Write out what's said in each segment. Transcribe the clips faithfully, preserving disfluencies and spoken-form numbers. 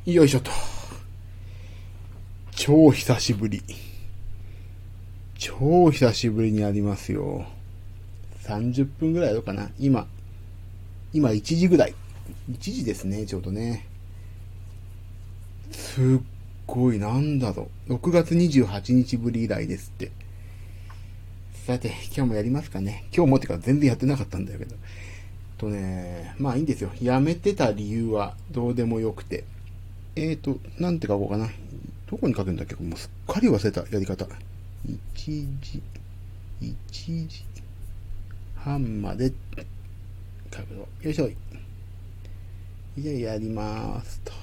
よいしょと。超久しぶり。超久しぶりにありますよ。さんじゅっぷんぐらいやろうかな。今、今いちじぐらい。いちじですね、ちょうどね。すっごい、なんだろう。ろくがつにじゅうはちにちぶり以来ですって。さて、今日もやりますかね。今日もってか全然やってなかったんだけど。とね、まあいいんですよ。やめてた理由はどうでもよくて。えーと、なんて書こうかな。どこに書くんだっけ？もうすっかり忘れた、やり方。いちじ、いちじはんまで書くの。よいしょ。じゃあやりまーすと。よ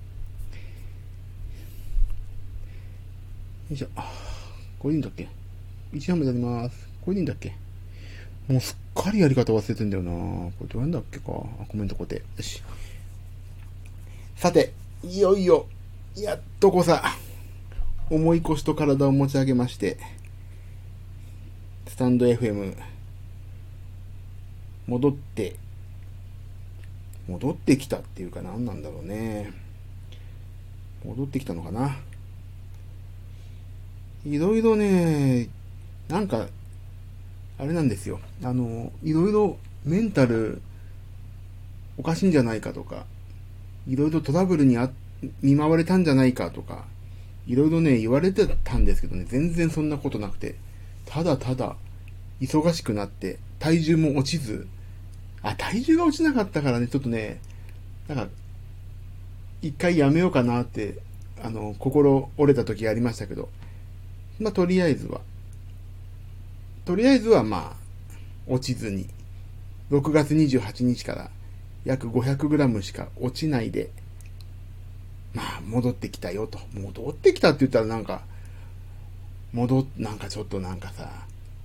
いしょ。これでいいんだっけ？ いち 時半までやりまーす。これでいいんだっけ？もうすっかりやり方忘れてんだよな。これどうやんだっけか。あ、コメント固定。よし。さて、いよいよ、やっとこさ、重い腰と体を持ち上げまして、スタンド エフエム、戻って、戻ってきたっていうか何なんだろうね。戻ってきたのかな。いろいろね、なんか、あれなんですよ。あの、いろいろメンタルおかしいんじゃないかとか、いろいろトラブルにあ見舞われたんじゃないかとか、いろいろね、言われてたんですけどね、全然そんなことなくて、ただただ、忙しくなって、体重も落ちず、あ、体重が落ちなかったからね、ちょっとね、なんか、一回やめようかなって、あの、心折れた時ありましたけど、まあ、とりあえずは、とりあえずはまあ、落ちずに、ろくがつにじゅうはちにちから約 ごひゃくグラム しか落ちないで、まあ、戻ってきたよと。戻ってきたって言ったらなんか、戻っ、なんかちょっとなんかさ、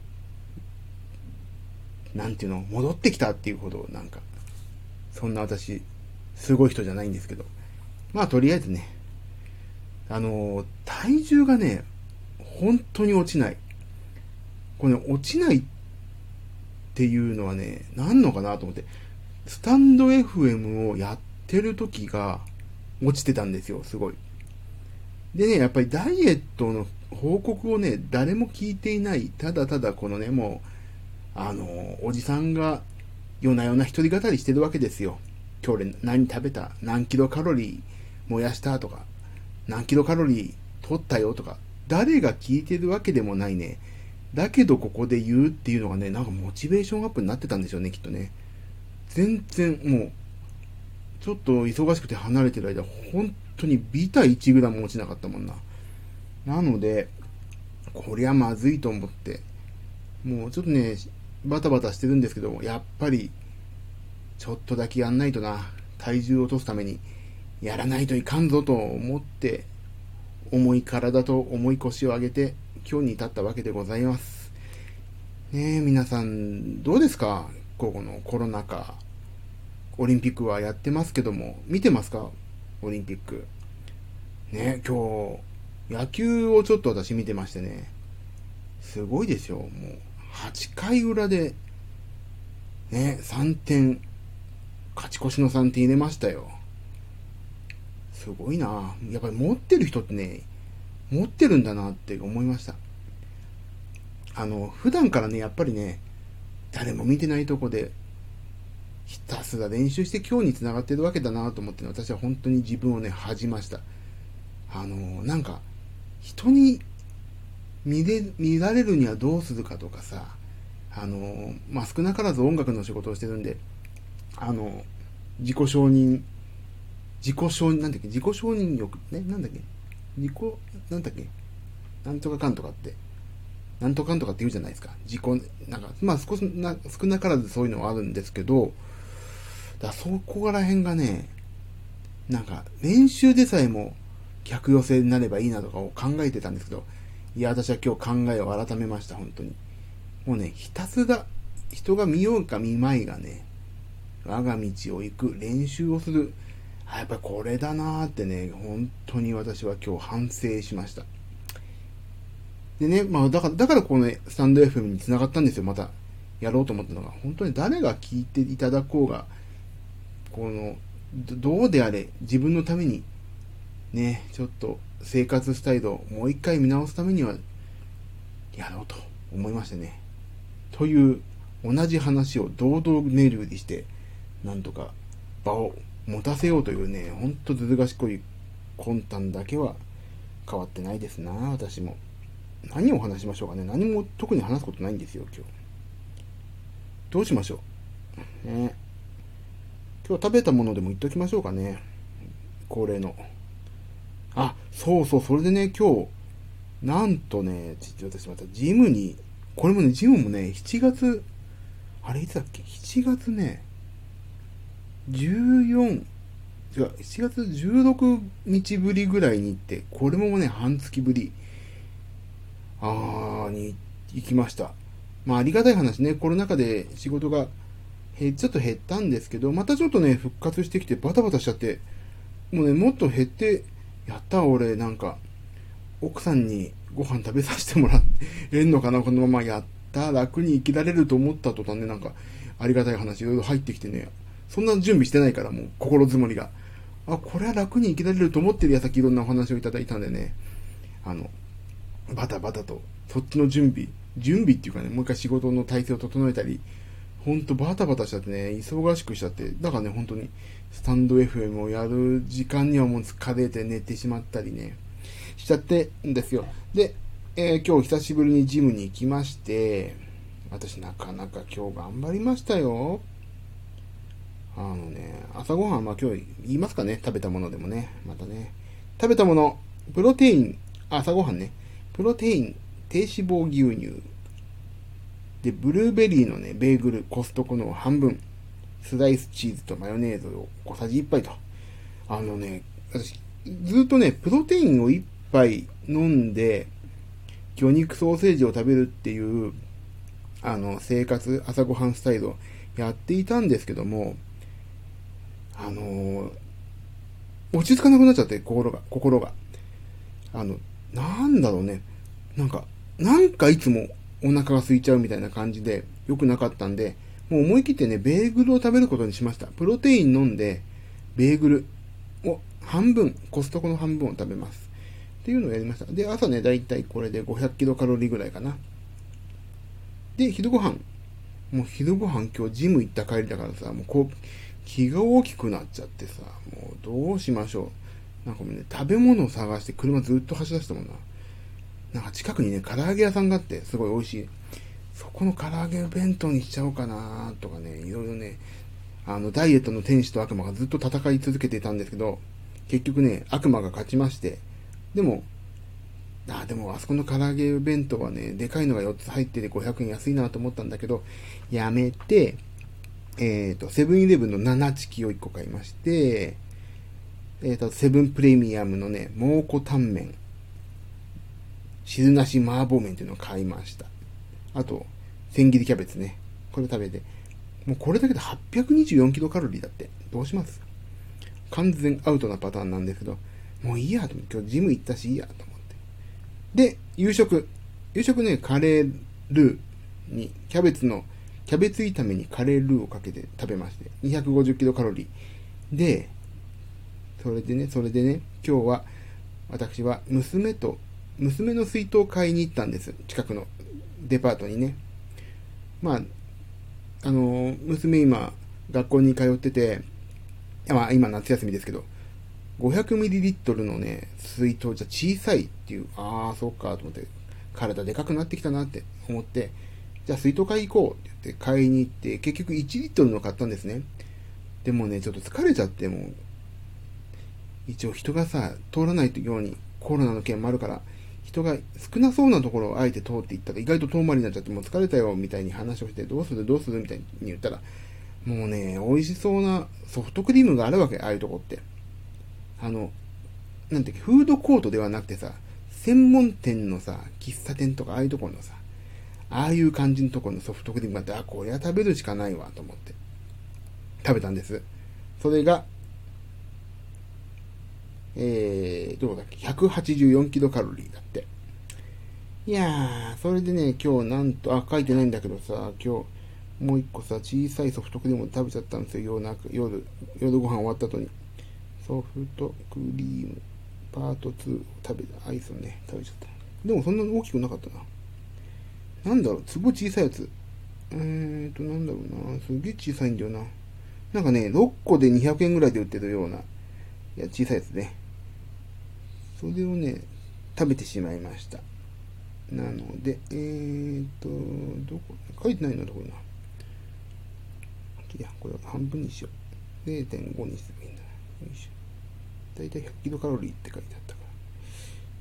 なんていうの、戻ってきたっていうほど、なんか、そんな私、すごい人じゃないんですけど。まあ、とりあえずね、あのー、体重がね、本当に落ちない。これ、ね、落ちないっていうのはね、なんのかなと思って、スタンド エフエム をやってる時が落ちてたんですよ、すごい。でね、やっぱりダイエットの報告をね、誰も聞いていない、ただただこのね、もう、あのー、おじさんが夜な夜な一人語りしてるわけですよ。今日俺何食べた？何キロカロリー燃やしたとか、何キロカロリー取ったよとか、誰が聞いてるわけでもないね。だけどここで言うっていうのがね、なんかモチベーションアップになってたんでしょうね、きっとね。全然もう、ちょっと忙しくて離れてる間、本当にビタいちグラム落ちなかったもんな。なので、こりゃまずいと思って、もうちょっとね、バタバタしてるんですけど、やっぱり、ちょっとだけやんないとな、体重を落とすために、やらないといかんぞと思って、重い体と重い腰を上げて、今日に至ったわけでございます。ねえ、皆さん、どうですか？ここのコロナ禍。オリンピックはやってますけども、見てますか？オリンピック。ねえ、今日、野球をちょっと私見てましてね、すごいですよ。もう、はちかいうらで、ね、さんてん、勝ち越しのさんてん入れましたよ。すごいな。やっぱり持ってる人ってね、持ってるんだなって思いました。あの、普段からね、やっぱりね、誰も見てないとこで、ひたすら練習して今日に繋がってるわけだなと思って、ね、私は本当に自分をね、恥じました。あの、なんか、人に見れ、見られるにはどうするかとかさ、あの、まあ、少なからず音楽の仕事をしてるんで、あの、自己承認、自己承認、なんだっけ、自己承認欲、ね、なんだっけ、自己、なんだっけ、なんとかかんとかって、なんとかんとかって言うじゃないですか。自己、なんか、まあ少しな、少なからずそういうのはあるんですけど、だそこら辺がね、なんか、練習でさえも客寄せになればいいなとかを考えてたんですけど、いや、私は今日考えを改めました、本当に。もうね、ひたすら、人が見ようか見まいがね、我が道を行く、練習をする。やっぱりこれだなーってね、本当に私は今日反省しました。でね、まあだから、だからこのね、スタンド エフエム に繋がったんですよ、また。やろうと思ったのが。本当に誰が聞いていただこうが、この、どうであれ、自分のためにね、ちょっと生活スタイルをもう一回見直すためにはやろうと思いましてね。という同じ話を堂々メールにしてなんとか場を持たせようというね、ほんとずる賢い魂胆だけは変わってないですな。私も何を話しましょうかね。何も特に話すことないんですよ。今日どうしましょうね。今日食べたものでも言っときましょうかね。恒例の。あ、そうそう、それでね、今日、なんとね、ちょっと私またジムに、これもね、ジムもね、しちがつ、あれいつだっけ ?しち 月ね、じゅうよん、違う、しちがつじゅうろくにちぶりぐらいに行って、これもね、半月ぶり、あー、に行きました。まあ、ありがたい話ね、コロナ禍で仕事が、ちょっと減ったんですけど、またちょっとね、復活してきて、バタバタしちゃって、もうね、もっと減って、やった、俺、なんか、奥さんにご飯食べさせてもらえんのかな、このままやった、楽に生きられると思った途端ね、なんか、ありがたい話いろいろ入ってきてね、そんな準備してないから、もう、心づもりが。あ、これは楽に生きられると思ってる矢先いろんなお話をいただいたんでね、あの、バタバタと、そっちの準備、準備っていうかね、もう一回仕事の体制を整えたり、ほんとバタバタしちゃってね、忙しくしちゃって、だからね、本当に、スタンド エフエム をやる時間にはもう疲れて寝てしまったりね、しちゃってんですよ。で、えー今日久しぶりにジムに行きまして、私なかなか今日頑張りましたよ。あのね、朝ごはん、まあ今日言いますかね、食べたものでもね、またね。食べたもの、プロテイン、朝ごはんね、プロテイン、低脂肪牛乳、で、ブルーベリーのね、ベーグル、コストコの半分、スライスチーズとマヨネーズを小さじいっぱいと。あのね、私、ずっとね、プロテインをいっぱい飲んで、魚肉ソーセージを食べるっていう、あの、生活、朝ごはんスタイルをやっていたんですけども、あのー落ち着かなくなっちゃって、心が、心が。あの、なんだろうね。なんか、なんかいつもお腹が空いちゃうみたいな感じで、良くなかったんで、もう思い切ってね、ベーグルを食べることにしました。プロテイン飲んで、ベーグルを半分、コストコの半分を食べます。っていうのをやりました。で、朝ね、だいたいこれでごひゃくキロカロリーぐらいかな。で、昼ご飯。もう昼ご飯今日ジム行った帰りだからさ、もうこう、気が大きくなっちゃってさ、もうどうしましょう。なんかもうね、食べ物を探して車ずっと走らせたもんな。なんか近くにね、唐揚げ屋さんがあって、すごい美味しい。そこの唐揚げ弁当にしちゃおうかなとかね、いろいろね、あの、ダイエットの天使と悪魔がずっと戦い続けていたんですけど、結局ね、悪魔が勝ちまして、でも、あ、でもあそこの唐揚げ弁当はね、でかいのがよっつ入っててごひゃくえん安いなと思ったんだけど、やめて、えっ、と、セブンイレブンのななチキをいっこ買いまして、えっ、と、セブンプレミアムのね、蒙古タンメン、汁なし麻婆麺っていうのを買いました。あと、千切りキャベツね。これ食べて。もうこれだけではっぴゃくにじゅうよんキロカロリーだって。どうします？完全アウトなパターンなんですけど、もういいやと思って、今日ジム行ったしいいやと思って。で、夕食。夕食ね、カレールーに、キャベツの、キャベツ炒めにカレールーをかけて食べまして、にひゃくごじゅうキロカロリー。で、それでね、それでね、今日は、私は娘と、娘の水筒を買いに行ったんです。近くのデパートにね。まあ、あの、娘今、学校に通ってて、まあ今夏休みですけど、ごひゃくミリリットル のね、水筒じゃ小さいっていう、ああ、そうかと思って、体でかくなってきたなって思って、じゃあ水筒買い行こうって言って買いに行って、結局いちリットルの買ったんですね。でもね、ちょっと疲れちゃって、もう、一応人がさ、通らないようにコロナの件もあるから、人が少なそうなところをあえて通っていったら意外と遠回りになっちゃってもう疲れたよみたいに話をして、どうするどうするみたいに言ったら、もうね、美味しそうなソフトクリームがあるわけ、ああいうとこって。あの、なんていうか、フードコートではなくてさ、専門店のさ、喫茶店とかああいうところのさ、ああいう感じのところのソフトクリームがあって、あ、これは食べるしかないわと思って食べたんです。それが、えー、どうだっけ、ひゃくはちじゅうよんキロカロリーだって。いやー、それでね、今日なんと、あ、書いてないんだけどさ、今日、もう一個さ、小さいソフトクリームを食べちゃったんですよ、夜、夜、夜ご飯終わった後に。ソフトクリーム。 パートツーを食べた、アイスをね、食べちゃった。でもそんなに大きくなかったな。なんだろう、粒小さいやつ。えーと、なんだろうな。すげえ小さいんだよな。なんかね、ろっこでにひゃくえんぐらいで売ってるような、いや、小さいやつね。それをね、食べてしまいました。なので、えーと、どこ、書いてないのどこにな。いや、これ半分にしよう。れいてんご にすればいいんだな。よいしょ。だいたいひゃくキロカロリーって書いてあったから。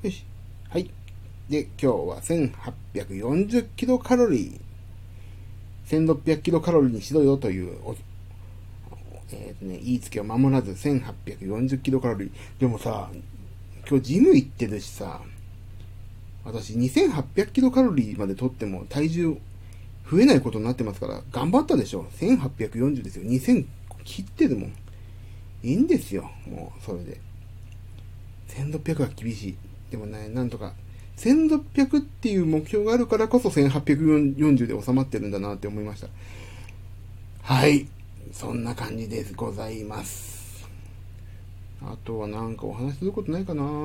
よし。はい。で、今日はせんはっぴゃくよんじゅうキロカロリー。せんろっぴゃくキロカロリーにしろよという、えーとね、言いつけを守らずせんはっぴゃくよんじゅうキロカロリー。でもさ、今日ジム行ってるしさ、私にせんはっぴゃくキロカロリーまで取っても体重増えないことになってますから、頑張ったでしょ。せんはっぴゃくよんじゅうですよ。にせん切ってるもん。いいんですよ。もう、それで。せんろっぴゃくは厳しい。でもね、なんとか、せんろっぴゃくっていう目標があるからこそせんはっぴゃくよんじゅうで収まってるんだなって思いました。はい。そんな感じでございます。あとはなんかお話しすることないかな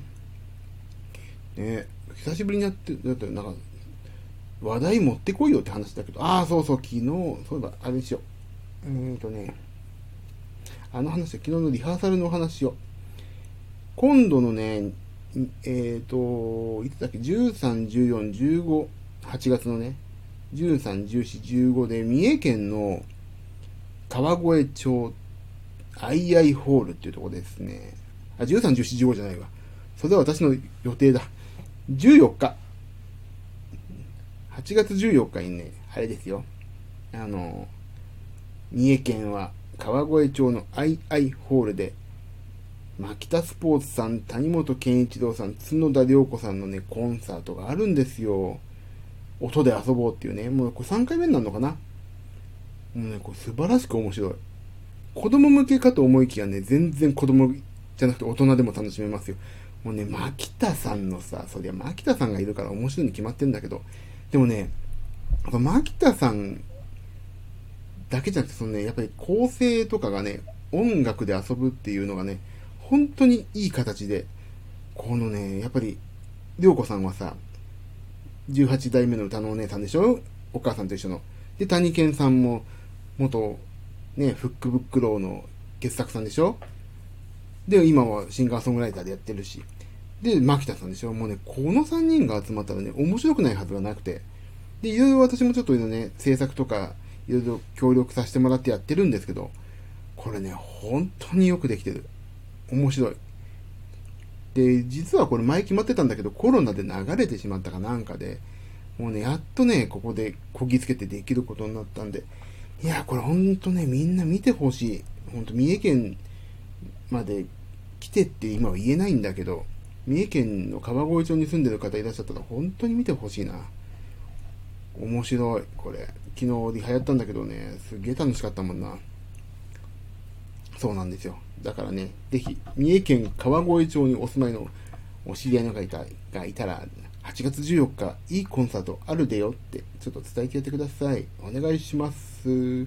ね。久しぶりにやって、だってなんか、話題持ってこいよって話だけど、ああ、そうそう、昨日、そういえば、あれにしよう。うーんとね、あの話、昨日のリハーサルの話を。今度のね、えっ、ー、と、いつだっけ、じゅうさん、じゅうよん、じゅうご、はちがつのね、じゅうさん、じゅうよん、じゅうごで、三重県の川越町アイアイホールっていうところですね。あ、じゅうさん、じゅうよん、じゅうごじゃないわ。それは私の予定だ。じゅうよっか。はちがつじゅうよっかにね、あれですよ。あの、三重県は川越町のアイアイホールで、牧田スポーツさん、谷本健一郎さん、角田涼子さんのね、コンサートがあるんですよ。音で遊ぼうっていうね。もうこれさんかいめになるのかな。もうね、これ素晴らしく面白い。子供向けかと思いきやね、全然子供じゃなくて大人でも楽しめますよ。もうね、牧田さんのさ、そりゃ牧田さんがいるから面白いに決まってんだけど、でもね、牧田さんだけじゃなくて、そのね、やっぱり構成とかがね、音楽で遊ぶっていうのがね、本当にいい形で、このね、やっぱり、りょうこさんはさ、じゅうはちだいめの歌のお姉さんでしょ、お母さんと一緒の。で、谷健さんも、元、ね、フックブックローの傑作さんでしょ。で、今はシンガーソングライターでやってるし。で、牧田さんでしょ。もうね、このさんにんが集まったらね、面白くないはずがなくて。で、いろいろ私もちょっとね、制作とか、いろいろ協力させてもらってやってるんですけど、これね、本当によくできてる。面白い。で、実はこれ前決まってたんだけど、コロナで流れてしまったかなんかで、もうね、やっとね、ここでこぎつけてできることになったんで、いや、これほんとね、みんな見てほしい。ほんと、三重県まで来てって今は言えないんだけど、三重県の川越町に住んでる方いらっしゃったら本当に見てほしいな。面白い、これ。昨日リハやったんだけどね、すげえ楽しかったもんな。そうなんですよ。だからね、ぜひ、三重県川越町にお住まいのお知り合いの方がいたら、はちがつじゅうよっか、いいコンサートあるでよって、ちょっと伝えてやってください。お願いします。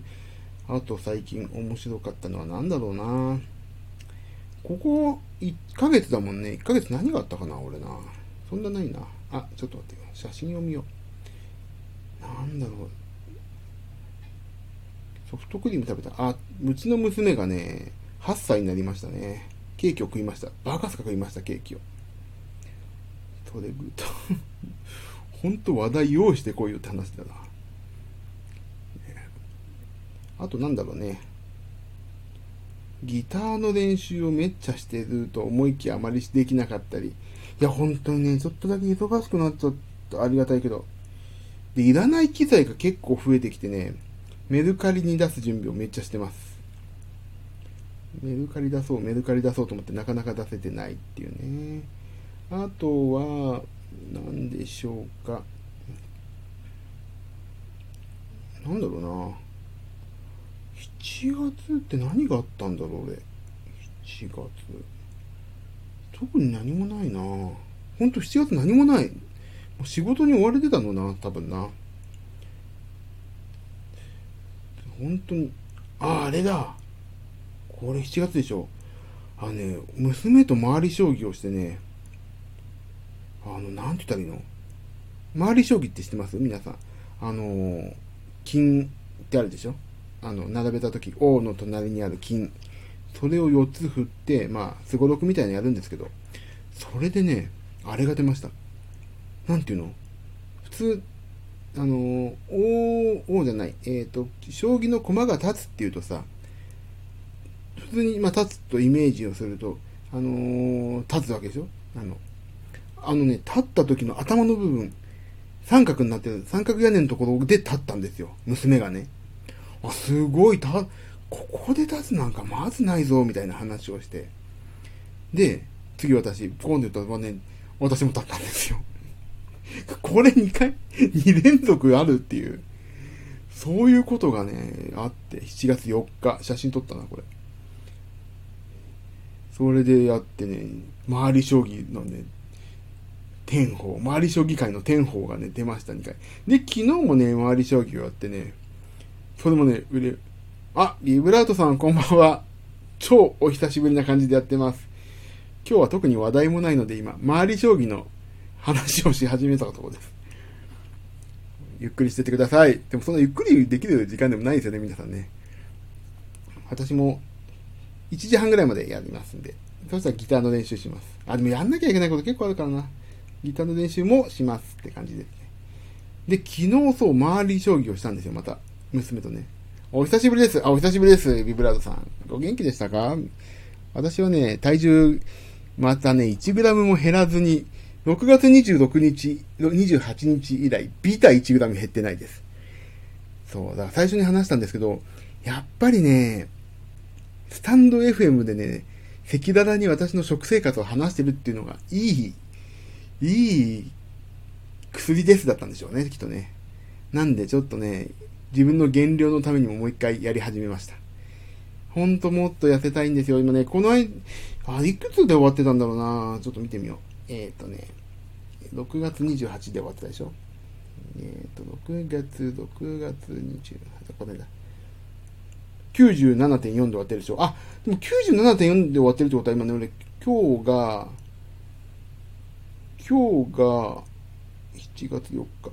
あと最近面白かったのは何だろうな。ここいっかげつだもんね。いっかげつ何があったかな、俺な。そんなないな。あ、ちょっと待ってよ。写真を見よう。なんだろう。ソフトクリーム食べた。あ、うちの娘がね、はっさいになりましたね。ケーキを食いました。バカスカ食いました、ケーキを。それぐと、ほんと話題用意してこいよって話だな。あとなんだろうね。ギターの練習をめっちゃしてると思いきやあまりできなかったり。いや、本当にね、ちょっとだけ忙しくなっちゃったありがたいけど。で、いらない機材が結構増えてきてね、メルカリに出す準備をめっちゃしてます。メルカリ出そう、メルカリ出そうと思ってなかなか出せてないっていうね。あとは、なんでしょうか。なんだろうな。しちがつって何があったんだろう、俺。しちがつ。特に何もないな。ほんとしちがつ何もない。仕事に追われてたのな、多分な。本当に。ああ、あれだ。これしちがつでしょ。 あのね、娘と回り将棋をしてね、あの、なんて言ったらいいの、回り将棋って知ってます皆さん。あのー、金ってあるでしょ、あの、並べた時、王の隣にある金。それをよっつ振って、まあ、すごろくみたいなのやるんですけど、それでね、あれが出ました。なんていうの、普通、あのー、王、王じゃない、えっと、将棋の駒が立つっていうとさ、普通に、まあ、立つとイメージをすると、あのー、立つわけでしょ、あの、あのね、立った時の頭の部分、三角になってる、三角屋根のところで立ったんですよ。娘がね。あ、すごい、た、ここで立つなんかまずないぞ、みたいな話をして。で、次私、ポコンって言ったらね、私も立ったんですよ。これにかい、に連続あるっていう、そういうことがね、あって、しちがつよっか、写真撮ったな、これ。それでやってね、周り将棋のね、天宝、周り将棋界の天宝がね、出ました、にかい。で、昨日もね、周り将棋をやってね、それもね、売れ、あ、ビブラートさんこんばんは。超お久しぶりな感じでやってます。今日は特に話題もないので今、周り将棋の話をし始めたところです。ゆっくりしててください。でもそんなゆっくりできる時間でもないですよね、皆さんね。私もいちじはんぐらいまでやりますんで。そしたらギターの練習します。あ、でもやんなきゃいけないこと結構あるからな。ギターの練習もしますって感じですね。で、昨日そう、周り将棋をしたんですよ、また。娘とね。お久しぶりです。あ、お久しぶりです。ビブラードさん。お元気でしたか？私はね、体重、またね、いちグラムも減らずに、ろくがつにじゅうろくにち、にじゅうはちにち以来、ビタいちグラム減ってないです。そう、だから最初に話したんですけど、やっぱりね、スタンド エフエム でね、赤裸々に私の食生活を話してるっていうのが、いい、いい薬ですだったんでしょうね、きっとね。なんでちょっとね、自分の減量のためにももう一回やり始めました。ほんともっと痩せたいんですよ。今ね、この間、あ、いくつで終わってたんだろうな。ちょっと見てみよう。えっ、ー、とね、ろくがつにじゅうはちで終わってたでしょ。えっ、ー、と、ろくがつ、ろくがつにじゅうはち、これだ。きゅうじゅうななてんよん で終わってるでしょ。あ、でも きゅうじゅうななてんよん で終わってるってことは今ね、俺、今日が、今日が、しちがつよっか。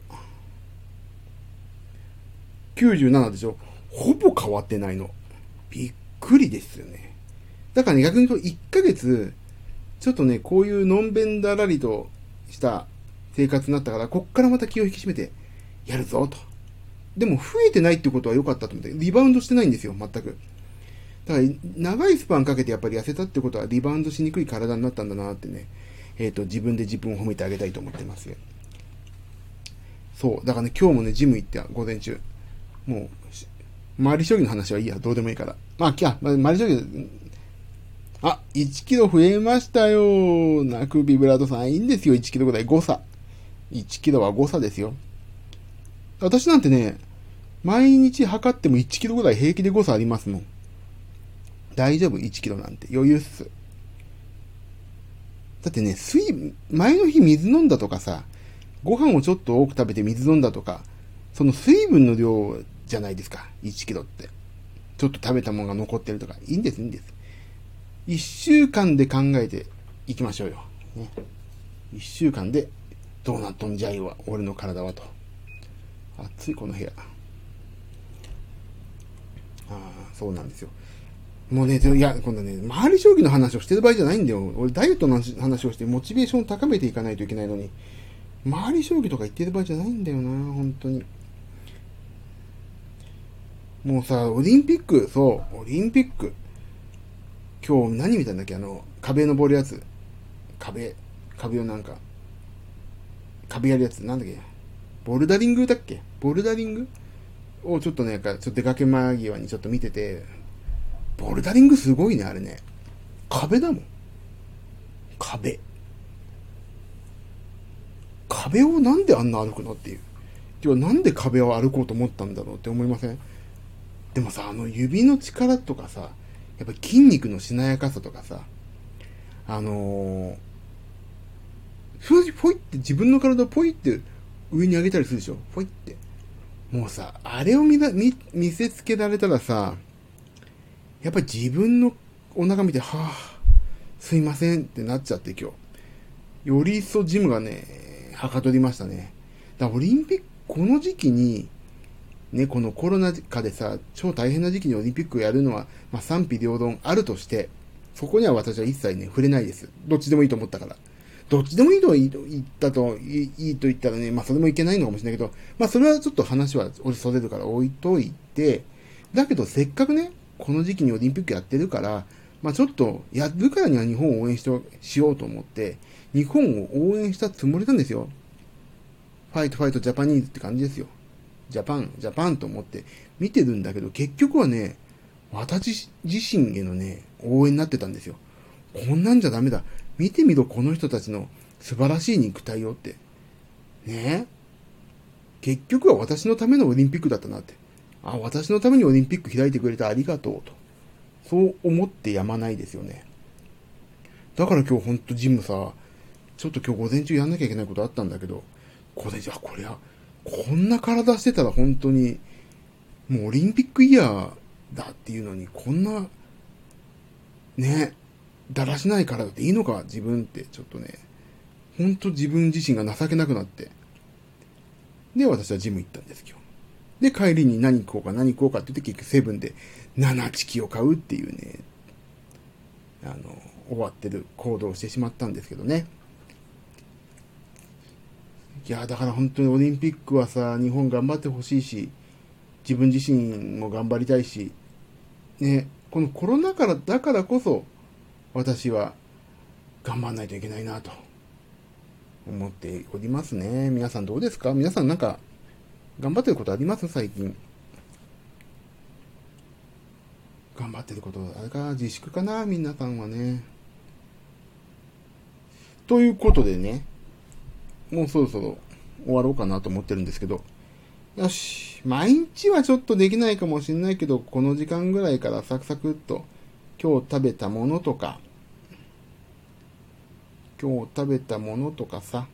きゅうじゅうななでしょ。ほぼ変わってないの。びっくりですよね。だからね、逆に言うといっかげつ、ちょっとね、こういうのんべんだらりとした生活になったから、こっからまた気を引き締めてやるぞと。でも増えてないってことは良かったと思って、リバウンドしてないんですよ、全く。だから長いスパンかけてやっぱり痩せたってことはリバウンドしにくい体になったんだなってね、えっと、自分で自分を褒めてあげたいと思ってますよ。そう。だからね、今日もね、ジム行って午前中。もう、周り将棋の話はいいや、どうでもいいから。まあ、きゃ、周り将棋、あ、いちキロ増えましたよ。ナクビブラードさん。いいんですよ、いちキロぐらい。誤差。いちキロは誤差ですよ。私なんてね、毎日測ってもいちキロぐらい平気で誤差ありますもん。大丈夫、いちキロなんて。余裕っす。だってね、水、前の日水飲んだとかさ、ご飯をちょっと多く食べて水飲んだとか、その水分の量じゃないですか、いちキロって。ちょっと食べたものが残ってるとか。いいんです、いいんです。いっしゅうかんで考えていきましょうよ。ね。いっしゅうかんでどうなっとんじゃいわ、俺の体はと。暑い、この部屋。ああ、そうなんですよ。もうね、いや、今度ね、周り将棋の話をしてる場合じゃないんだよ。俺、ダイエットの話をして、モチベーションを高めていかないといけないのに、周り将棋とか言ってる場合じゃないんだよな、本当に。もうさ、オリンピック、そう、オリンピック。今日何見たんだっけ、あの、壁登るやつ。壁、壁をなんか、壁やるやつ、なんだっけ。ボルダリングだっけ、ボルダリングをちょっとね、ちょっと出かけ間際にちょっと見てて、ボルダリングすごいね、あれね。壁だもん。壁。壁をなんであんな歩くのっていう。てか、なんで壁を歩こうと思ったんだろうって思いません？でもさ、あの指の力とかさ、やっぱ筋肉のしなやかさとかさ、あのー、正直ポイって自分の体をポイって上に上げたりするでしょ、ポイって。もうさ、あれを見ら見見せつけられたらさ、やっぱり自分のお腹見て、はぁ、 すいませんってなっちゃって今日。より一層ジムがね、はかどりましたね。だからオリンピック、この時期に、ね、このコロナ禍でさ、超大変な時期にオリンピックをやるのは、まあ賛否両論あるとして、そこには私は一切ね、触れないです。どっちでもいいと思ったから。どっちでもいいと言ったと、いいと言ったらね、まあそれもいけないのかもしれないけど、まあそれはちょっと話はそれるから置いといて、だけどせっかくね、この時期にオリンピックやってるから、まあちょっとやるからには日本を応援ししようと思って、日本を応援したつもりなんですよ。ファイトファイトジャパニーズって感じですよ。ジャパン、ジャパンと思って見てるんだけど、結局はね、私自身へのね、応援になってたんですよ。こんなんじゃダメだ。見てみろ、この人たちの素晴らしい肉体をって。ねえ。結局は私のためのオリンピックだったなって。あ、私のためにオリンピック開いてくれてありがとうと。そう思ってやまないですよね。だから今日ほんとジムさ、ちょっと今日午前中やんなきゃいけないことあったんだけど、これじゃ、こりゃ、こんな体してたら本当に、もうオリンピックイヤーだっていうのに、こんな、ね、だらしない体でいいのか、自分って、ちょっとね、ほんと自分自身が情けなくなって。で、私はジム行ったんです、今日。で、帰りに何食おうか何食おうかって言って結局セブンでななチキを買うっていうね、あの、終わってる行動をしてしまったんですけどね。いや、だから本当にオリンピックはさ、日本頑張ってほしいし、自分自身も頑張りたいし、ね、このコロナ禍だからこそ、私は頑張らないといけないなと思っておりますね。皆さんどうですか？皆さんなんか頑張ってることあります？最近。頑張ってること、あれか、自粛かな皆さんはね。ということでね、もうそろそろ終わろうかなと思ってるんですけど、よし、毎日はちょっとできないかもしれないけど、この時間ぐらいからサクサクっと、今日食べたものとか、今日食べたものとかさ、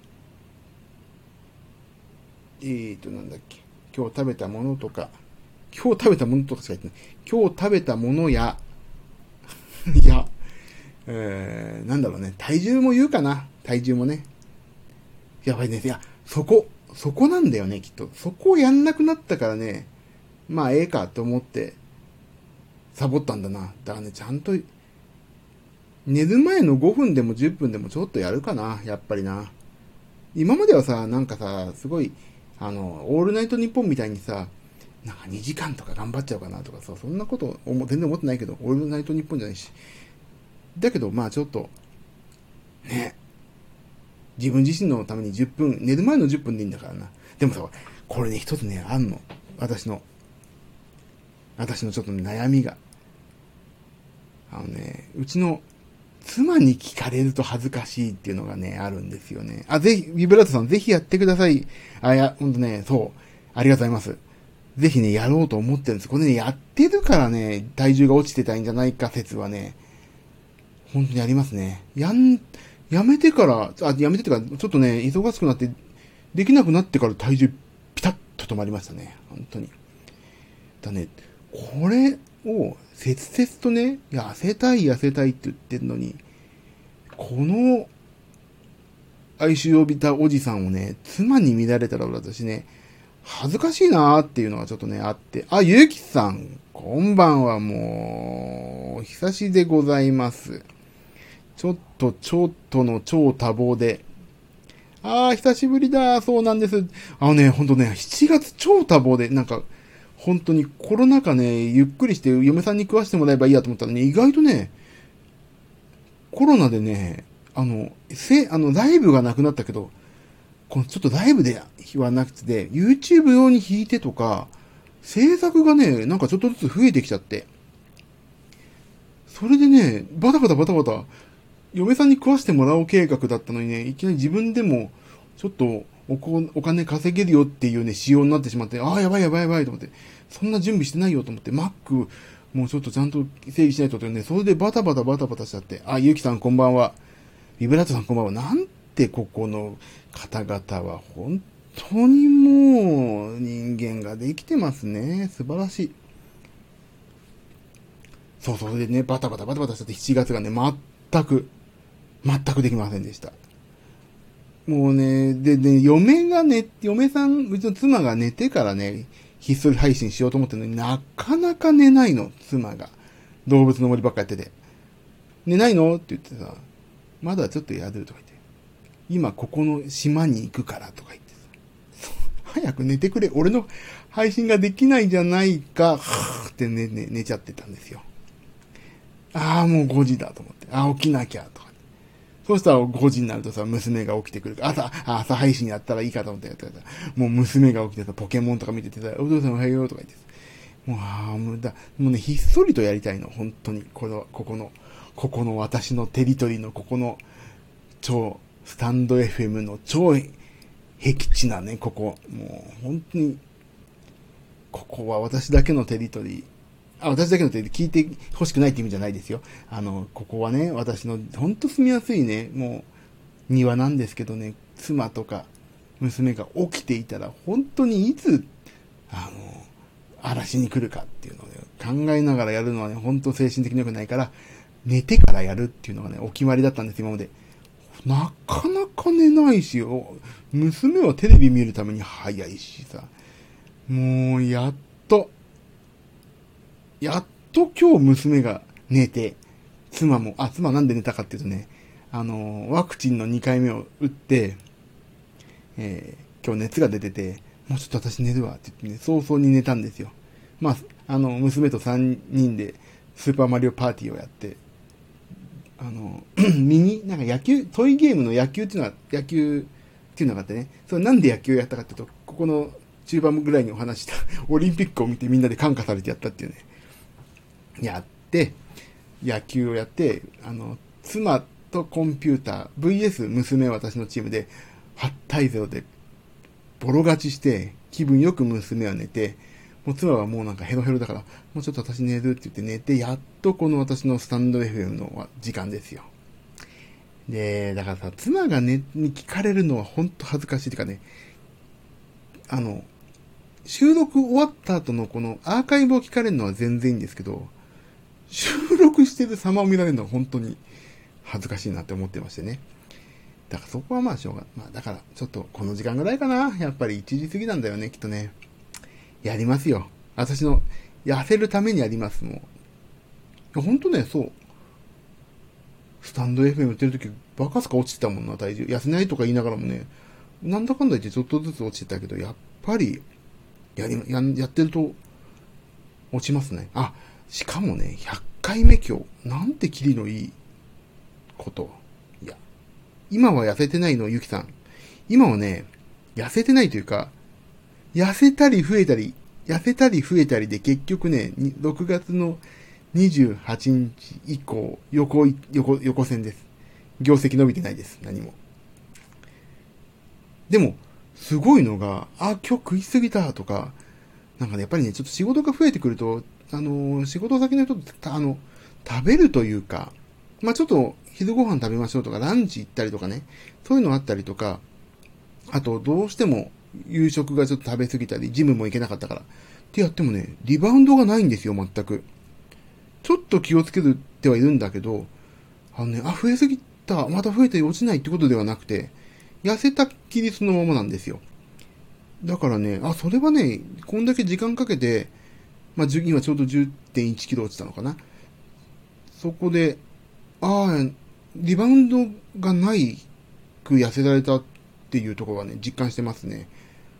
えーと、なんだっけ、今日食べたものとか、今日食べたものとかしか言ってない。今日食べたものや、いや、えー、なんだろうね、体重も言うかな、体重もね。やばいね、いや、そこ、そこなんだよね、きっと。そこをやんなくなったからね、まあ、ええかと思って、サボったんだな。だからね、ちゃんと、寝る前のごふんでもじゅっぷんでもちょっとやるかな、やっぱりな。今まではさ、なんかさ、すごい、あの、オールナイトニッポンみたいにさ、なんかにじかんとか頑張っちゃうかなとかさ、そんなこと全然思ってないけど、オールナイトニッポンじゃないし。だけど、まあちょっと、ね、自分自身のためにじゅっぷん、寝る前のじゅっぷんでいいんだからな。でもさ、これね、一つね、あんの。私の、私のちょっと悩みが。あのね、うちの妻に聞かれると恥ずかしいっていうのがね、あるんですよね。あ、ぜひ、ビブラートさん、ぜひやってください。あ、いや、ほんとね、そう。ありがとうございます。ぜひね、やろうと思ってるんです。これね、やってるからね、体重が落ちてたんじゃないか説はね、本当にありますね。やん、やめてから、あ、やめてってか、ちょっとね、忙しくなって、できなくなってから体重ピタッと止まりましたね。本当に。だね、これを、切々とね、痩せたい痩せたいって言ってるのに、この、哀愁を帯びたおじさんをね、妻に見られたら私ね、恥ずかしいなーっていうのがちょっとね、あって。あ、ゆうきさん、こんばんは、もう、久しでございます。ちょっと、ちょっとの超多忙で。あー、久しぶりだ、そうなんです。あのね、ほんとね、しちがつ超多忙で、なんか、本当にコロナ禍ね、ゆっくりして嫁さんに食わしてもらえばいいやと思ったらね、意外とね、コロナでね、あの、せ、あの、ライブがなくなったけど、このちょっとライブではなくて、YouTube 用に弾いてとか、制作がね、なんかちょっとずつ増えてきちゃって。それでね、バタバタバタバタ、嫁さんに食わしてもらおう計画だったのにね、いきなり自分でも、ちょっとおこ、お金稼げるよっていうね、仕様になってしまって、ああ、やばいやばいやばいと思って、そんな準備してないよと思って、Mac、もうちょっとちゃんと整理しないとってね、それでバタバタバタバタしちゃって、あ、ゆうきさんこんばんは。ビブラートさんこんばんは。なんてここの方々は本当にもう人間ができてますね。素晴らしい。そうそう。でね、バタバタバタバタしちゃってしちがつがね、全く、 全くできませんでした。もうね、で、で、嫁がね、嫁さん、うちの妻が寝てからね、ひっそり配信しようと思ってるのになかなか寝ないの、妻が。動物の森ばっかやってて。寝ないのって言ってさ、まだちょっとやるとか言って。今ここの島に行くからとか言ってさ。早く寝てくれ。俺の配信ができないじゃないか。はぁって寝、寝、寝ちゃってたんですよ。ああ、もうごじだと思って。ああ、起きなきゃとか。そうしたらごじになるとさ、娘が起きてくるから、朝、朝配信やったらいいかと思ってやってた。もう娘が起きてさ、ポケモンとか見ててさ、お父さんおはようとか言ってさ。もう、ああ、もうだ、もうね、ひっそりとやりたいの、本当に。この、ここの、ここの私のテリトリーのここの、超、スタンド エフエム の超、僻地なね、ここ。もう、本当に、ここは私だけのテリトリー。あ、私だけのテリトリー聞いて欲しくないって意味じゃないですよ。あの、ここはね、私の、本当住みやすいね、もう、庭なんですけどね、妻とか、娘が起きていたら、本当にいつ、あの、嵐に来るかっていうのをね、考えながらやるのはね、本当精神的に良くないから、寝てからやるっていうのがね、お決まりだったんです、今まで。なかなか寝ないし、娘はテレビ見るために早いしさ。もう、やっと、やっと今日娘が寝て、妻も、あ、妻なんで寝たかっていうとね、あの、ワクチンのにかいめを打って、えー、今日熱が出てて、もうちょっと私寝るわって言ってね、早々に寝たんですよ。まあ、あの、娘とさんにんでスーパーマリオパーティーをやって、あの、ミニ、なんか野球、トイゲームの野球っていうのは、野球っていうのがあってね、それなんで野球をやったかっていうと、ここの中盤ぐらいにお話したオリンピックを見てみんなで感化されてやったっていうね。やって、野球をやって、あの、妻とコンピューター、ブイエス 娘は私のチームで、はちたいゼロで、ボロ勝ちして、気分よく娘は寝て、もう妻はもうなんかヘロヘロだから、もうちょっと私寝るって言って寝て、やっとこの私のスタンド エフエム の時間ですよ。で、だからさ、妻が寝に聞かれるのはほんと恥ずかしいっていうかね、あの、収録終わった後のこのアーカイブを聞かれるのは全然いいんですけど、収録してる様を見られるのは本当に恥ずかしいなって思ってましてね。だからそこはまあしょうが、まあだからちょっとこの時間ぐらいかな。やっぱりいちじ過ぎなんだよね、きっとね。やりますよ。私の痩せるためにやります、もう。ほんとね、そう。スタンド エフエム 売ってる時バカすか落ちてたもんな、体重。痩せないとか言いながらもね、なんだかんだ言ってちょっとずつ落ちてたけど、やっぱり、やり、や、やってると、落ちますね。あ、しかもね、ひゃっかいめ今日。なんてキリのいいこと。いや、今は痩せてないの、ゆきさん。今はね、痩せてないというか、痩せたり増えたり、痩せたり増えたりで結局ね、ろくがつのにじゅうはちにち以降、横、横、横線です。業績伸びてないです。何も。でも、すごいのが、あ、今日食いすぎたとか、なんかね、やっぱりね、ちょっと仕事が増えてくると、あのー、仕事先の人と、あの、食べるというか、まあ、ちょっと昼ご飯食べましょうとか、ランチ行ったりとかね、そういうのあったりとか、あと、どうしても夕食がちょっと食べ過ぎたり、ジムも行けなかったから。ってやってもね、リバウンドがないんですよ、全く。ちょっと気をつけてはいるんだけど、あのね、あ、増えすぎた、また増えて落ちないってことではなくて、痩せたきりそのままなんですよ。だからね、あ、それはね、こんだけ時間かけて、まあ、今ちょうど じゅってんいちキロ落ちたのかな。そこで、ああ、リバウンドがないく痩せられたっていうところはね、実感してますね。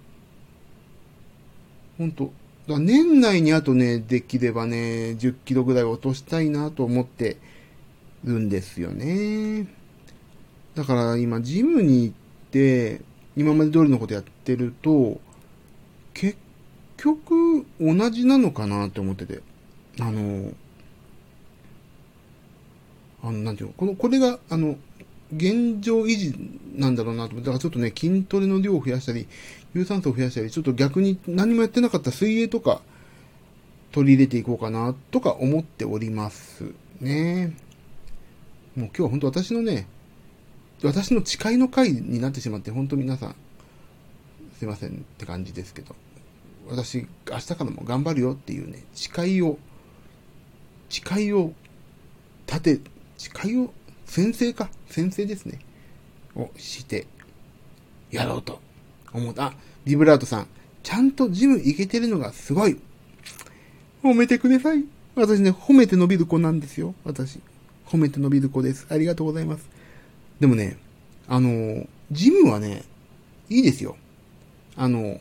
ほんと。だ年内にあとね、できればね、じゅっキロぐらい落としたいなと思ってるんですよね。だから今、ジムに行って、今まで通りのことやってると、結局、同じなのかなって思ってて。あの、あの、なんていうの、この、これが、あの、現状維持なんだろうなと思って、だからちょっとね、筋トレの量を増やしたり、有酸素を増やしたり、ちょっと逆に何もやってなかった水泳とか取り入れていこうかな、とか思っておりますね。もう今日は本当私のね、私の誓いの回になってしまって、本当皆さん、すいませんって感じですけど、私、明日からも頑張るよっていうね、誓いを、誓いを立て、誓いを先生か、先生ですね。をして、やろうと思った。あ、ビブラートさん、ちゃんとジム行けてるのがすごい。褒めてください。私ね、褒めて伸びる子なんですよ。私。褒めて伸びる子です。ありがとうございます。でもね、あの、ジムはね、いいですよ。あの、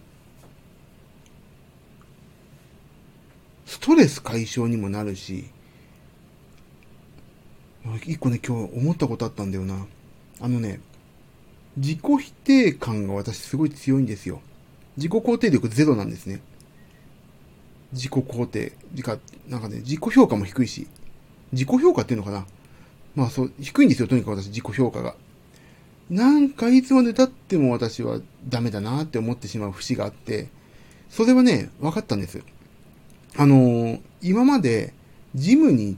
ストレス解消にもなるし、一個ね、今日思ったことあったんだよな。あのね、自己否定感が私すごい強いんですよ。自己肯定力ゼロなんですね。自己肯定。なんかね、自己評価も低いし。自己評価っていうのかな。まあそう、低いんですよ、とにかく私、自己評価が。なんかいつまで経っても私はダメだなって思ってしまう節があって、それはね、分かったんです。あのー、今まで、ジムに行って、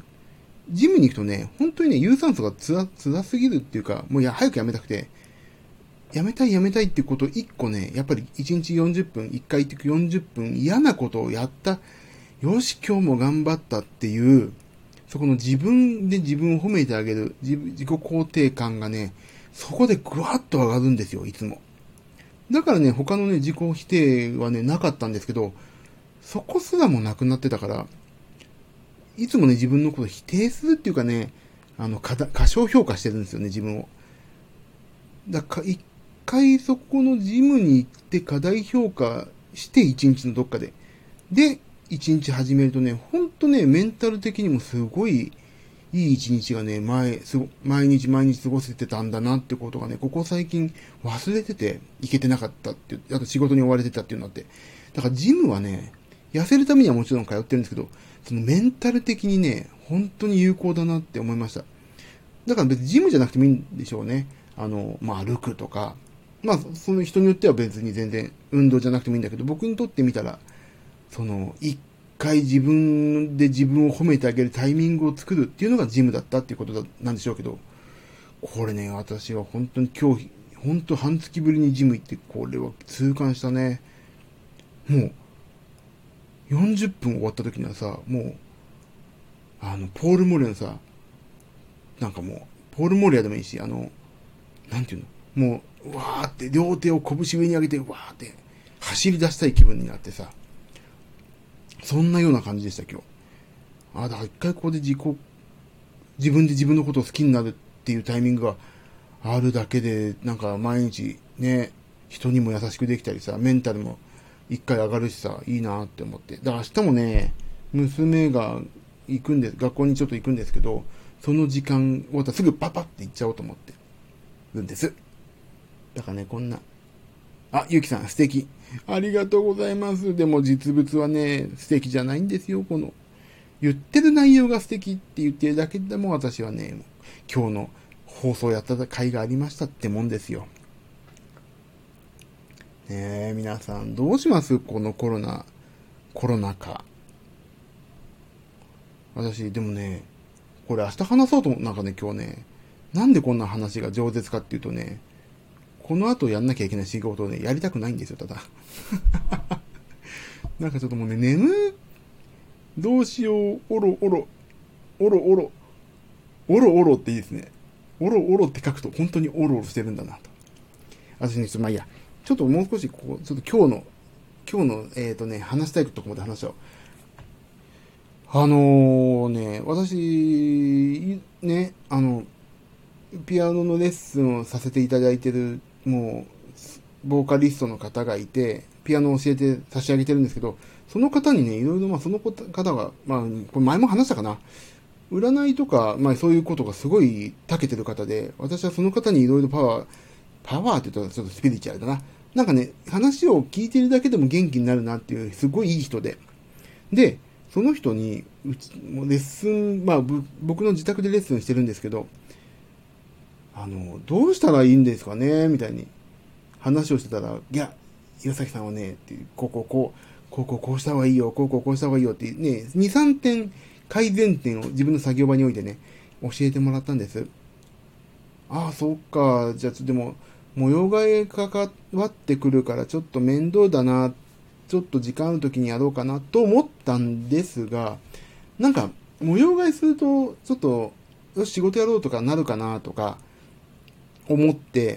ジムに行くとね、本当にね、有酸素がつら、つらすぎるっていうか、もういや、早くやめたくて、やめたいやめたいっていうこと一個ね、やっぱりいちにちよんじゅっぷん、いっかい行ってくよんじゅっぷん嫌なことをやった。よし、今日も頑張ったっていう、そこの自分で自分を褒めてあげる、自自己肯定感がね、そこでぐわっと上がるんですよ、いつも。だからね、他のね、自己否定はね、なかったんですけど、そこすらもなくなってたから、いつもね、自分のことを否定するっていうかね、あの、過過小評価してるんですよね、自分を。だから、一回そこのジムに行って過大評価して一日のどっかで。で、一日始めるとね、ほんとね、メンタル的にもすごいいい一日がね、前、すご、毎日毎日過ごせてたんだなってことがね、ここ最近忘れてて、行けてなかったっていう、あと仕事に追われてたっていうのがあって。だからジムはね、痩せるためにはもちろん通ってるんですけど、そのメンタル的にね、本当に有効だなって思いました。だから別にジムじゃなくてもいいんでしょうね。あの、まあ、歩くとか、まあ、その人によっては別に全然運動じゃなくてもいいんだけど、僕にとってみたら、その、一回自分で自分を褒めてあげるタイミングを作るっていうのがジムだったっていうことだなんでしょうけど、これね、私は本当に今日、本当半月ぶりにジム行って、これは痛感したね。もう、よんじゅっぷん終わった時にはさ、もう、あの、ポール・モリアのさ、なんかもう、ポール・モリアでもいいし、あの、なんていうの、もう、わーって両手を拳上に上げて、わーって走り出したい気分になってさ、そんなような感じでした今日。ああ、だから一回ここで自己、自分で自分のことを好きになるっていうタイミングがあるだけで、なんか毎日ね、人にも優しくできたりさ、メンタルも一回上がるしさ、いいなって思って。だから明日もね、娘が行くんです、学校にちょっと行くんですけど、その時間終わったらすぐパパって行っちゃおうと思ってるんです。だからね、こんな。あ、ゆきさん、素敵。ありがとうございます。でも実物はね、素敵じゃないんですよ、この。言ってる内容が素敵って言ってるだけでも私はね、今日の放送やった回がありましたってもんですよ。ねえ、皆さんどうしますこのコロナ、コロナ禍。私、でもね、これ明日話そうと思う、なんかね、今日ね、なんでこんな話が饒舌かっていうとね、この後やんなきゃいけない仕事をね、やりたくないんですよ、ただ。なんかちょっともうね、眠、どうしよう、おろおろ、おろおろ、おろおろっていいですね。おろおろって書くと本当におろおろしてるんだなと。私ね、ちょっとまあいいや。ちょっともう少しこう、ちょっと今日の、今日の、えっ、ー、とね、話したいところまで話しちゃおう。あのー、ね、私、ね、あの、ピアノのレッスンをさせていただいてる、もう、ボーカリストの方がいて、ピアノを教えて差し上げてるんですけど、その方にね、いろいろ、まあ、その方が、まあ、これ前も話したかな。占いとか、まあ、そういうことがすごい長けてる方で、私はその方にいろいろパワー、パワーって言ったらちょっとスピリチュアルだな。なんかね、話を聞いてるだけでも元気になるなっていう、すごいいい人で。で、その人に、うち、もうレッスン、まあ、僕の自宅でレッスンしてるんですけど、あの、どうしたらいいんですかねみたいに話をしてたら、いや、岩崎さんはね、っていう、こうこうこう、こうこうこうした方がいいよ、こうこうこうした方がいいよってね、に、さんてん改善点を自分の作業場においてね、教えてもらったんです。ああ、そっか。じゃあ、でも、模様替え関わってくるからちょっと面倒だな、ちょっと時間ある時にやろうかなと思ったんですが、なんか、模様替えすると、ちょっと、 よし仕事やろうとかなるかなとか思って、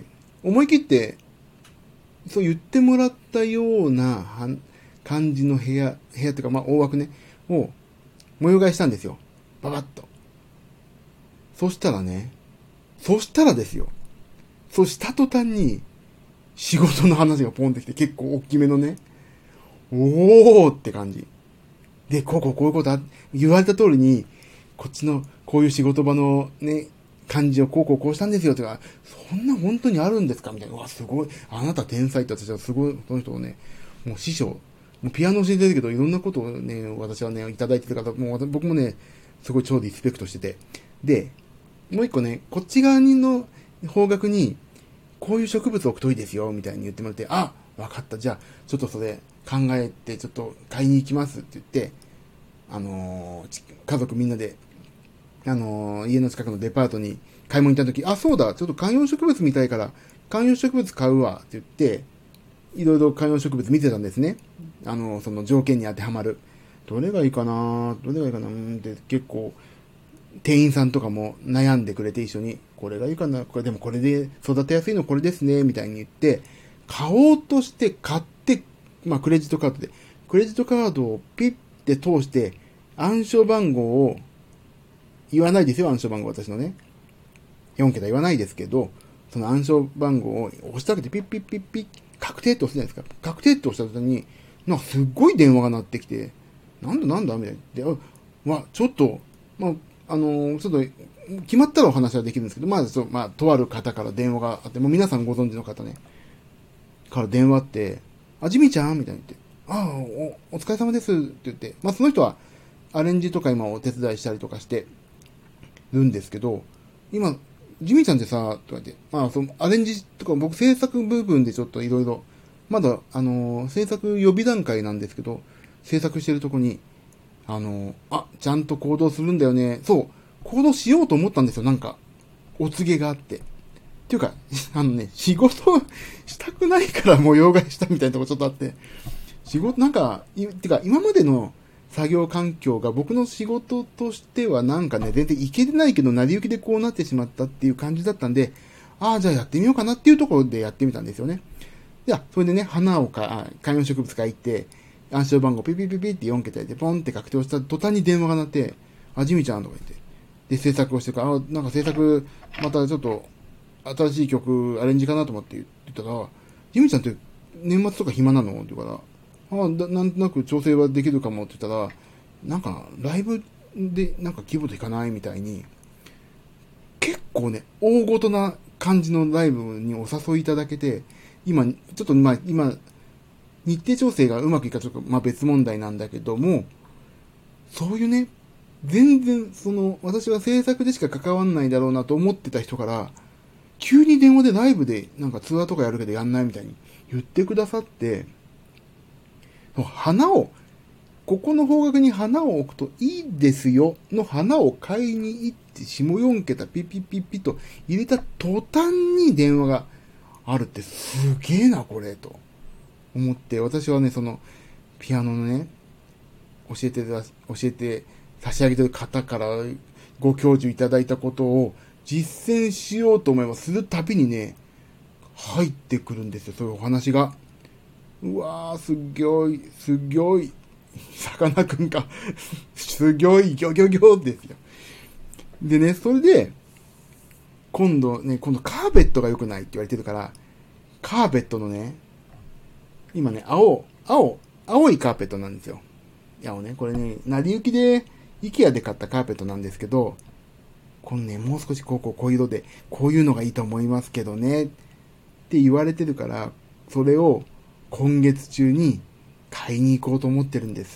思い切って、そう言ってもらったような感じの部屋、部屋っていうか、まあ大枠ね、を模様替えしたんですよ。ババッと。そしたらね、そしたらですよ。そうした途端に、仕事の話がポンってきて、結構大きめのね、おーって感じ。で、こうこうこういうことあ、言われた通りに、こっちのこういう仕事場のね、感じをこうこうこうしたんですよとか、そんな本当にあるんですかみたいな。うわ、すごい。あなた天才って私はすごい、その人をね、もう師匠、もうピアノ教えてるけど、いろんなことをね、私はね、いただいてるから、もう僕もね、すごい超リスペクトしてて。で、もう一個ね、こっち側の方角に、こういう植物置くといいですよ、みたいに言ってもらって、あ、わかった。じゃあ、ちょっとそれ考えて、ちょっと買いに行きますって言って、あのー、家族みんなで、あのー、家の近くのデパートに買い物行った時、あ、そうだ、ちょっと観葉植物見たいから、観葉植物買うわ、って言って、いろいろ観葉植物見てたんですね。あのー、その条件に当てはまる。どれがいいかなどれがいいかなうんって結構、店員さんとかも悩んでくれて一緒に、これがいいかなこれでもこれで育てやすいのこれですね、みたいに言って、買おうとして買って、まあクレジットカードで、クレジットカードをピッて通して、暗証番号を言わないですよ、暗証番号私のね。よん桁言わないですけど、その暗証番号を押したわけでピッピッピッピッ、確定って押すじゃないですか。確定って押した途端に、なんかすっごい電話が鳴ってきて、なんだなんだみたいな。で、あ、わ、ちょっと、まあ、あのー、ちょっと、決まったらお話はできるんですけど、まあ、そう、まあ、とある方から電話があって、もう皆さんご存知の方ね、から電話あって、あ、ジミーちゃんみたいに言って、ああ、お、お疲れ様ですって言って、まあ、その人は、アレンジとか今お手伝いしたりとかしてるんですけど、今、ジミーちゃんってさ、とか言って、まあ、その、アレンジとか僕制作部分でちょっといろいろ、まだ、あのー、制作予備段階なんですけど、制作してるとこに、あの、あ、ちゃんと行動するんだよね。そう、行動しようと思ったんですよ、なんか。お告げがあって。っていうか、あのね、仕事したくないから模様替えしたみたいなとこちょっとあって。仕事、なんか、い、てか、今までの作業環境が僕の仕事としてはなんかね、全然いけてないけど、成り行きでこうなってしまったっていう感じだったんで、ああ、じゃあやってみようかなっていうところでやってみたんですよね。いや、それでね、花をか、観葉植物書いて、暗証番号ピピピピってよん桁でポンって確定をした途端に電話が鳴って、あ、ジミちゃんとか言って。で、制作をしてから、あ、なんか制作、またちょっと、新しい曲、アレンジかなと思って言ったら、ジミちゃんって年末とか暇なのって言うから、あ、だなんとなく調整はできるかもって言ったら、なんか、ライブでなんかキーボード弾かないみたいに、結構ね、大ごとな感じのライブにお誘いいただけて、今、ちょっとまあ、今、日程調整がうまくいかちょっと、まあ別問題なんだけども、そういうね、全然、その、私は制作でしか関わんないだろうなと思ってた人から、急に電話でライブでなんかツアーとかやるけどやんないみたいに言ってくださって、花を、ここの方角に花を置くといいですよの花を買いに行って下よん桁ピッピッピッピッと入れた途端に電話があるってすげえなこれと思って、私はね、そのピアノのね、教えて、教えて差し上げてる方からご教授いただいたことを実践しようと思えばするたびにね、入ってくるんですよ、そういうお話が。うわー、すぎょい、すぎょい。さかなクンか。すぎょい、ギョギョギョですよ。でね、それで、今度ね、今度カーペットが良くないって言われてるから、カーペットのね、今ね、青、青、青いカーペットなんですよ。青ね、これね、成り行きで、イケアで買ったカーペットなんですけど、このね、もう少しこう、こう、こういう色で、こういうのがいいと思いますけどね、って言われてるから、それを今月中に買いに行こうと思ってるんです。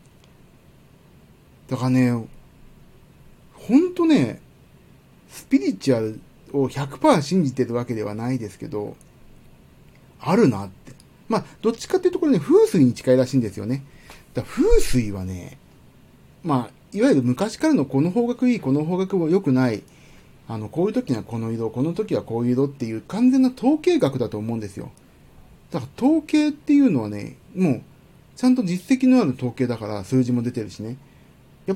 だからね、ほんとね、スピリチュアルを ひゃくパーセント 信じてるわけではないですけど、あるなって。まあ、どっちかっていうところね、風水に近いらしいんですよね。だから風水はね、まあ、いわゆる昔からのこの方角いい、この方角も良くない、あの、こういう時にはこの色、この時はこういう色っていう完全な統計学だと思うんですよ。だから統計っていうのはね、もう、ちゃんと実績のある統計だから数字も出てるしね。やっぱりね、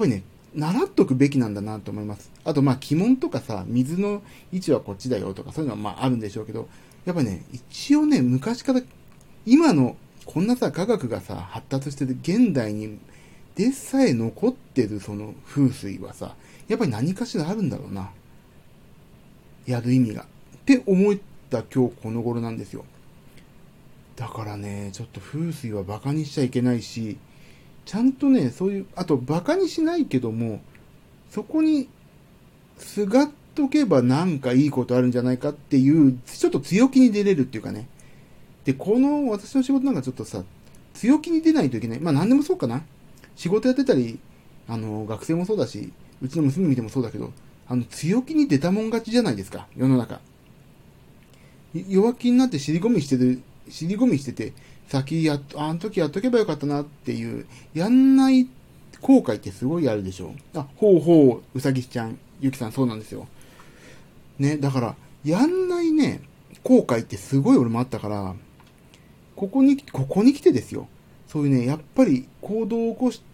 習っとくべきなんだなと思います。あと、まあ、鬼門とかさ、水の位置はこっちだよとか、そういうのはまああるんでしょうけど、やっぱね、一応ね、昔から、今の、こんなさ、科学がさ、発達してて、現代に、でさえ残ってるその風水はさ、やっぱり何かしらあるんだろうな。やる意味が。って思った今日この頃なんですよ。だからね、ちょっと風水はバカにしちゃいけないし、ちゃんとね、そういう、あとバカにしないけども、そこにすがっとけばなんかいいことあるんじゃないかっていう、ちょっと強気に出れるっていうかね。で、この私の仕事なんかちょっとさ、強気に出ないといけない。まあ何でもそうかな。仕事やってたり、あの、学生もそうだし、うちの娘見てもそうだけど、あの、強気に出たもん勝ちじゃないですか、世の中。弱気になって尻込みしてる、尻込みしてて、先やっ、あの時やっとけばよかったなっていう、やんない後悔ってすごいあるでしょ。あ、ほうほう、うさぎちゃん、ゆきさんそうなんですよ。ね、だから、やんないね、後悔ってすごい俺もあったから、ここに、ここに来てですよ。そういうね、やっぱり行動を起こして、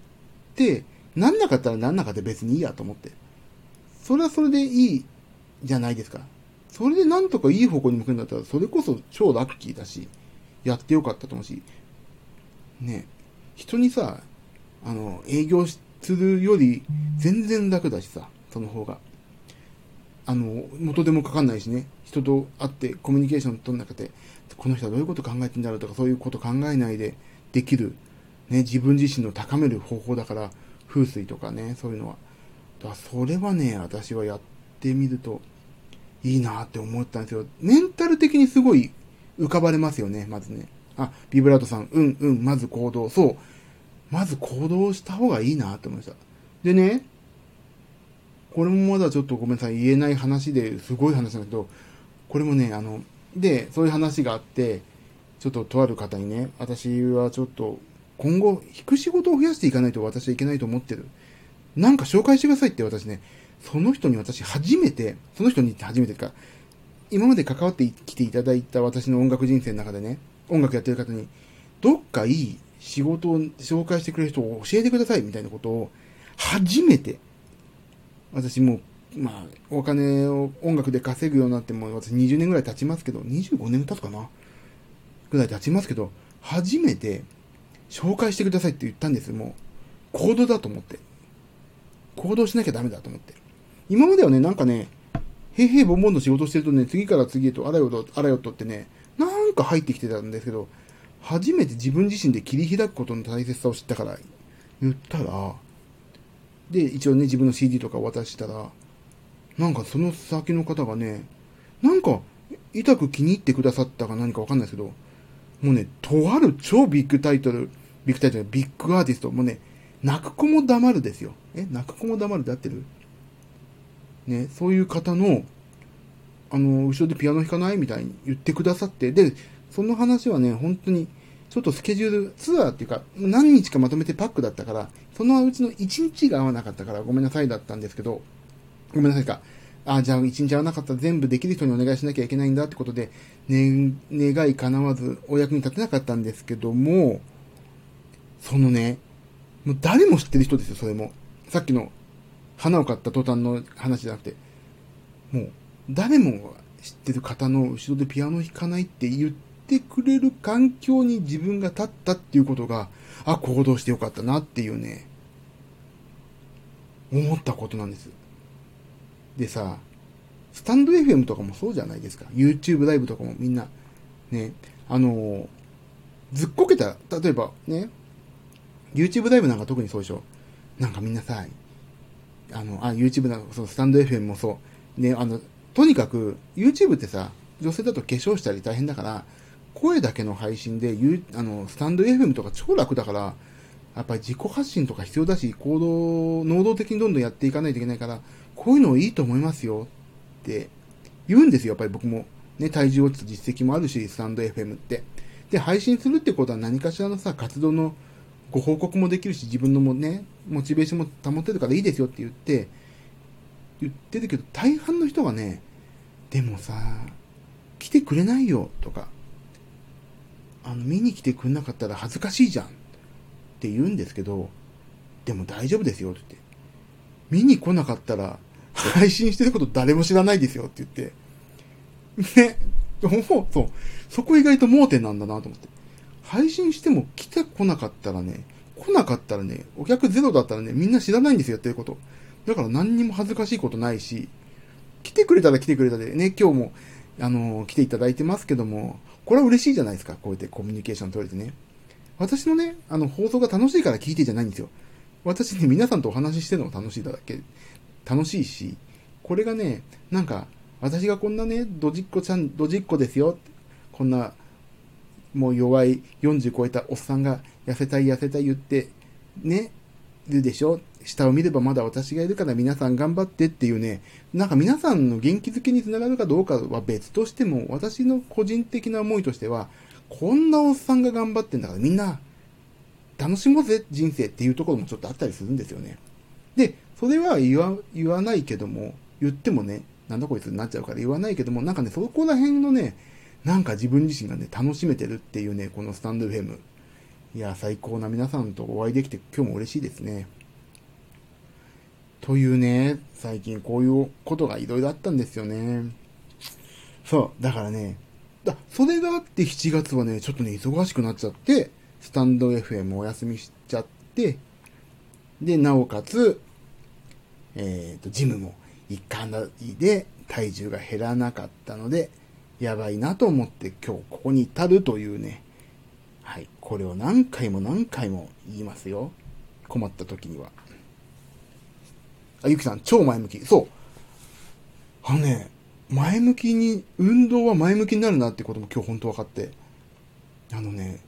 なんなかったらなんなかったら別にいいやと思って。それはそれでいいじゃないですか。それでなんとかいい方向に向くんだったら、それこそ超ラッキーだし、やってよかったと思うし、ね、人にさ、あの、営業するより全然楽だしさ、その方が。あの、元でもかかんないしね、人と会ってコミュニケーション取んなくて、この人はどういうこと考えてんだろうとか、そういうこと考えないでできる、ね、自分自身の高める方法だから、風水とかね、そういうのは。だからそれはね、私はやってみるといいなって思ったんですよ。メンタル的にすごい浮かばれますよね、まずね。あ、ビブラートさん、うんうん、まず行動。そう。まず行動した方がいいなって思いました。でね、これもまだちょっとごめんなさい、言えない話ですごい話なんだけど、これもね、あの、で、そういう話があって、ちょっととある方にね、私はちょっと今後、引く仕事を増やしていかないと私はいけないと思ってる。なんか紹介してくださいって私ね、その人に私初めて、その人に初めてか、今まで関わってきていただいた私の音楽人生の中でね、音楽やってる方に、どっかいい仕事を紹介してくれる人を教えてくださいみたいなことを、初めて、私もう、まあ、お金を音楽で稼ぐようになっても、私にじゅうねんぐらい経ちますけど、にじゅうごねん経つかなぐらい経ちますけど、初めて紹介してくださいって言ったんです。もう、行動だと思って。行動しなきゃダメだと思って。今まではね、なんかね、平々ボンボンの仕事してるとね、次から次へとあらよと、あらよとってね、なんか入ってきてたんですけど、初めて自分自身で切り開くことの大切さを知ったから言ったら、で、一応ね、自分の シーディー とか渡したら、なんかその先の方がね、なんか、痛く気に入ってくださったか何かわかんないですけど、もうね、とある超ビッグタイトル、ビッグタイトル、ビッグアーティスト、もうね、泣く子も黙るですよ。え泣く子も黙るで合ってるね、そういう方の、あの、後ろでピアノ弾かないみたいに言ってくださって、で、その話はね、本当に、ちょっとスケジュール、ツアーっていうか、何日かまとめてパックだったから、そのうちのいちにちが合わなかったから、ごめんなさいだったんですけど、ごめんなさいか。あ、じゃあいちにち合わなかったら全部できる人にお願いしなきゃいけないんだってことで、ね、願い叶わずお役に立てなかったんですけども、そのね、もう誰も知ってる人ですよ、それも。さっきの花を買った途端の話じゃなくて、もう誰もが知ってる方の後ろでピアノ弾かないって言ってくれる環境に自分が立ったっていうことが、あ、行動してよかったなっていうね、思ったことなんです。でさ、スタンド エフエム とかもそうじゃないですか。YouTube ライブとかもみんな、ね、あのー、ずっこけた、例えばね、YouTube ライブなんか特にそうでしょ。なんかみんなさ、あの、あ、YouTube なんか、そう、スタンド エフエム もそう。ね、あの、とにかく、YouTube ってさ、女性だと化粧したり大変だから、声だけの配信で、あの、スタンド エフエム とか超楽だから、やっぱり自己発信とか必要だし、行動、能動的にどんどんやっていかないといけないから、こういうのいいと思いますよって言うんですよ、やっぱり僕も。ね、体重落ちた実績もあるし、スタンド エフエム って。で、配信するってことは何かしらのさ、活動のご報告もできるし、自分のもね、モチベーションも保てるからいいですよって言って、言ってるけど、大半の人がね、でもさ、来てくれないよとか、あの、見に来てくれなかったら恥ずかしいじゃんって言うんですけど、でも大丈夫ですよって言って。 見に来なかったら、配信してること誰も知らないですよって言って。ね。もう、そう。そこ意外と盲点なんだなと思って。配信しても来てこなかったらね、来なかったらね、お客ゼロだったらね、みんな知らないんですよ、やってること。だから何にも恥ずかしいことないし、来てくれたら来てくれたで、ね、今日も、あのー、来ていただいてますけども、これは嬉しいじゃないですか、こうやってコミュニケーション取れてね。私のね、あの、放送が楽しいから聞いてじゃないんですよ。私ね、皆さんとお話ししてるのが楽しいだけ、楽しいし、これがね、なんか、私がこんなね、ドジっ子ちゃん、ドジっ子ですよ。こんな、もう弱いよんじゅう超えたおっさんが痩せたい痩せたい言って、ね、いるでしょ。下を見ればまだ私がいるから皆さん頑張ってっていうね、なんか皆さんの元気づけにつながるかどうかは別としても、私の個人的な思いとしては、こんなおっさんが頑張ってんだからみんな楽しもうぜ人生っていうところもちょっとあったりするんですよね。で、それは言わ、言わないけども、言ってもね、なんだこいつになっちゃうから言わないけども、なんかね、そこら辺のね、なんか自分自身がね、楽しめてるっていうね、このスタンド エフエム。いや、最高な皆さんとお会いできて今日も嬉しいですね。というね、最近こういうことがいろいろあったんですよね。そう、だからね、だそれがあってしちがつはね、ちょっとね、忙しくなっちゃって、スタンド エフエム お休みしちゃって、で、なおかつ、えっと、ジムもいっかないで体重が減らなかったので、やばいなと思って今日ここに至るというね、はい、これを何回も何回も言いますよ。困った時には。あ、ゆきさん、超前向き。そう。あのね、前向きに、運動は前向きになるなってことも今日本当分かって。あのね、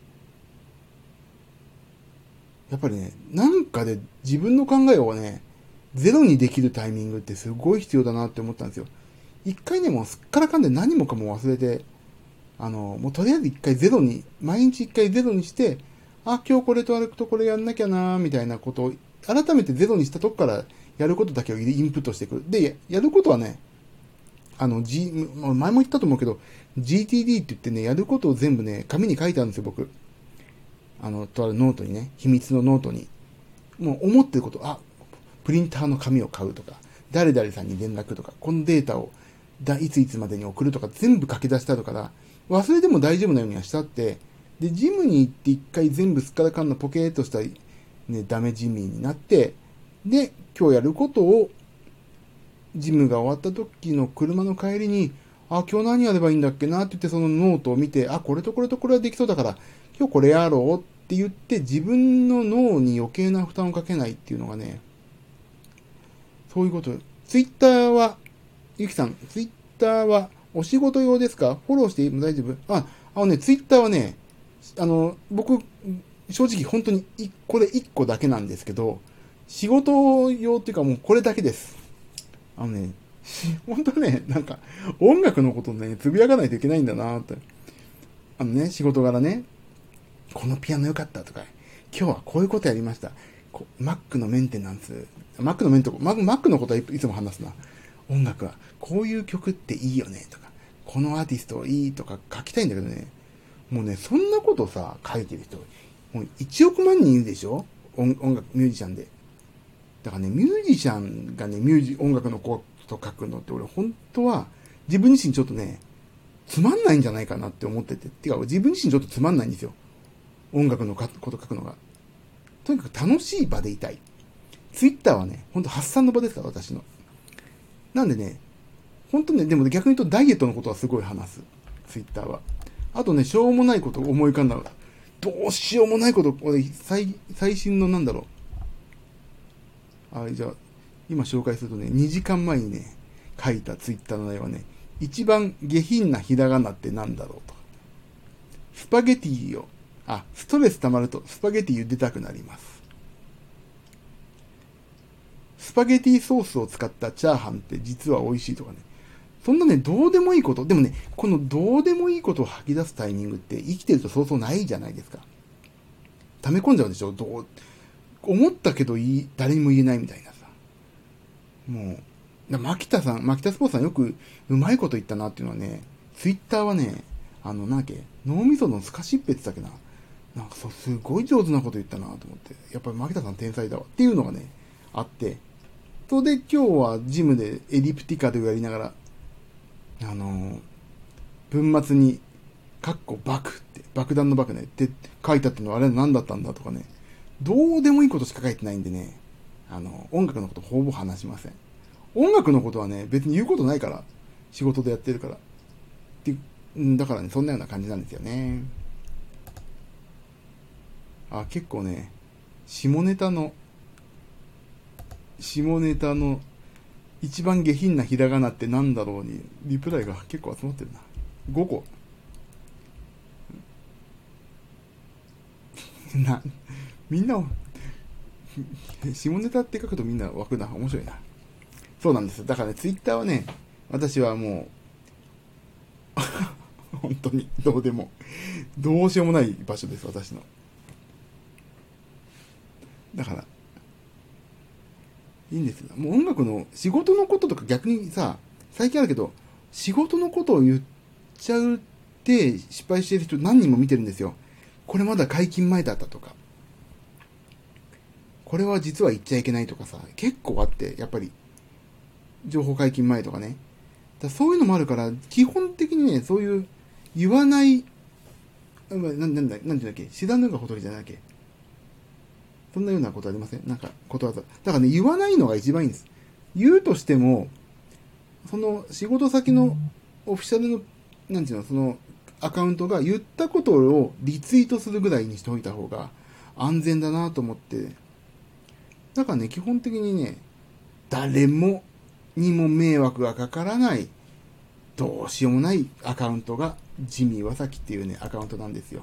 やっぱりね、なんかで自分の考えをね、ゼロにできるタイミングってすごい必要だなって思ったんですよ。一回ね、もうすっからかんで何もかも忘れて、あの、もうとりあえず一回ゼロに、毎日一回ゼロにして、あ、今日これと歩くとこれやんなきゃなみたいなことを、改めてゼロにしたとこからやることだけをインプットしていく。で、やることはね、あの、G、前も言ったと思うけど、ジーティーディー って言ってね、やることを全部ね、紙に書いてあるんですよ、僕。あの、とあるノートにね、秘密のノートに。もう思ってること、あ、プリンターの紙を買うとか、誰々さんに連絡とか、このデータをだいついつまでに送るとか全部書き出してあるから、忘れても大丈夫なようにはしたって、で、ジムに行って一回全部すっからかんのポケーっとしたね、ダメジミーになって、で、今日やることを、ジムが終わった時の車の帰りに、あ、今日何やればいいんだっけなって言ってそのノートを見て、あ、これとこれとこれはできそうだから、今日これやろうって言って自分の脳に余計な負担をかけないっていうのがね、そういうこと。ツイッターは、ゆきさん、ツイッターはお仕事用ですか？フォローしても大丈夫？あ、あのね、ツイッターはね、あの、僕、正直本当にこれいっこだけなんですけど、仕事用っていうかもうこれだけです。あのね、本当ね、なんか、音楽のことね、つぶやかないといけないんだなって。あのね、仕事柄ね、このピアノ良かったとか、今日はこういうことやりました。Mac のメンテナンス、Mac のメンテ、Mac のことはいつも話すな。音楽は、こういう曲っていいよねとか、このアーティストいいとか書きたいんだけどね、もうね、そんなことさ、書いてる人、もういちおくまんにんいるでしょ？音楽、ミュージシャンで。だからね、ミュージシャンがね、ミュージ、音楽のこと書くのって俺本当は自分自身ちょっとね、つまんないんじゃないかなって思ってて。てか、自分自身ちょっとつまんないんですよ。音楽のこと書くのが。とにかく楽しい場でいたい。ツイッターはね、ほんと発散の場ですから、私の。なんでね、ほんとね、でも逆に言うとダイエットのことはすごい話す。ツイッターは。あとね、しょうもないこと思い浮かんだ。どうしようもないこと、俺、最、最新のなんだろう。あ、じゃあ、今紹介するとね、にじかんまえにね、書いたツイッターの内容はね、一番下品なひらがなってなんだろうと。スパゲティを、あ、ストレス溜まるとスパゲティ茹でたくなります。スパゲティソースを使ったチャーハンって実は美味しいとかね。そんなね、どうでもいいこと。でもね、このどうでもいいことを吐き出すタイミングって生きてるとそうそうないじゃないですか。溜め込んじゃうでしょ？どう、思ったけどいい、誰にも言えないみたいなさ。もう、だ牧田さん、牧田スポーツさんよくうまいこと言ったなっていうのはね、ツイッターはね、あの、なんだっけ、脳みそのスカシッペって言ったっけな。なんかそう、すごい上手なこと言ったなと思って。やっぱり牧田さん天才だわっていうのがね、あって。 事で今日はジムでエリプティカルをやりながら、あのー、文末に、カッコ爆って、爆弾の爆ねって書いてあったのはあれ何だったんだとかね、どうでもいいことしか書いてないんでね、あの、音楽のことほぼ話しません。音楽のことはね、別に言うことないから、仕事でやってるから。ってだからね、そんなような感じなんですよね。あ、結構ね、下ネタの、下ネタの一番下品なひらがなってなんだろうに、リプライが結構集まってるな。ごこ。な、みんな、下ネタって書くとみんな湧くな。面白いな。そうなんです。だからね、ツイッターはね、私はもう、本当にどうでも、どうしようもない場所です、私の。だから、いいんですよ。もう音楽の仕事のこととか逆にさ、最近あるけど、仕事のことを言っちゃうって失敗してる人何人も見てるんですよ。これまだ解禁前だったとか。これは実は言っちゃいけないとかさ、結構あって、やっぱり、情報解禁前とかね。だそういうのもあるから、基本的にね、そういう言わない、な、なんだ、なんていうんだっけ、知らぬがほとりじゃないっけ。そんなようなことありません？なんか、ことわざ。だからね、言わないのが一番いいんです。言うとしても、その仕事先のオフィシャルの、なんていうの、そのアカウントが言ったことをリツイートするぐらいにしておいた方が安全だなと思って。だからね、基本的にね、誰もにも迷惑がかからない、どうしようもないアカウントが、ジミーワサキっていうね、アカウントなんですよ。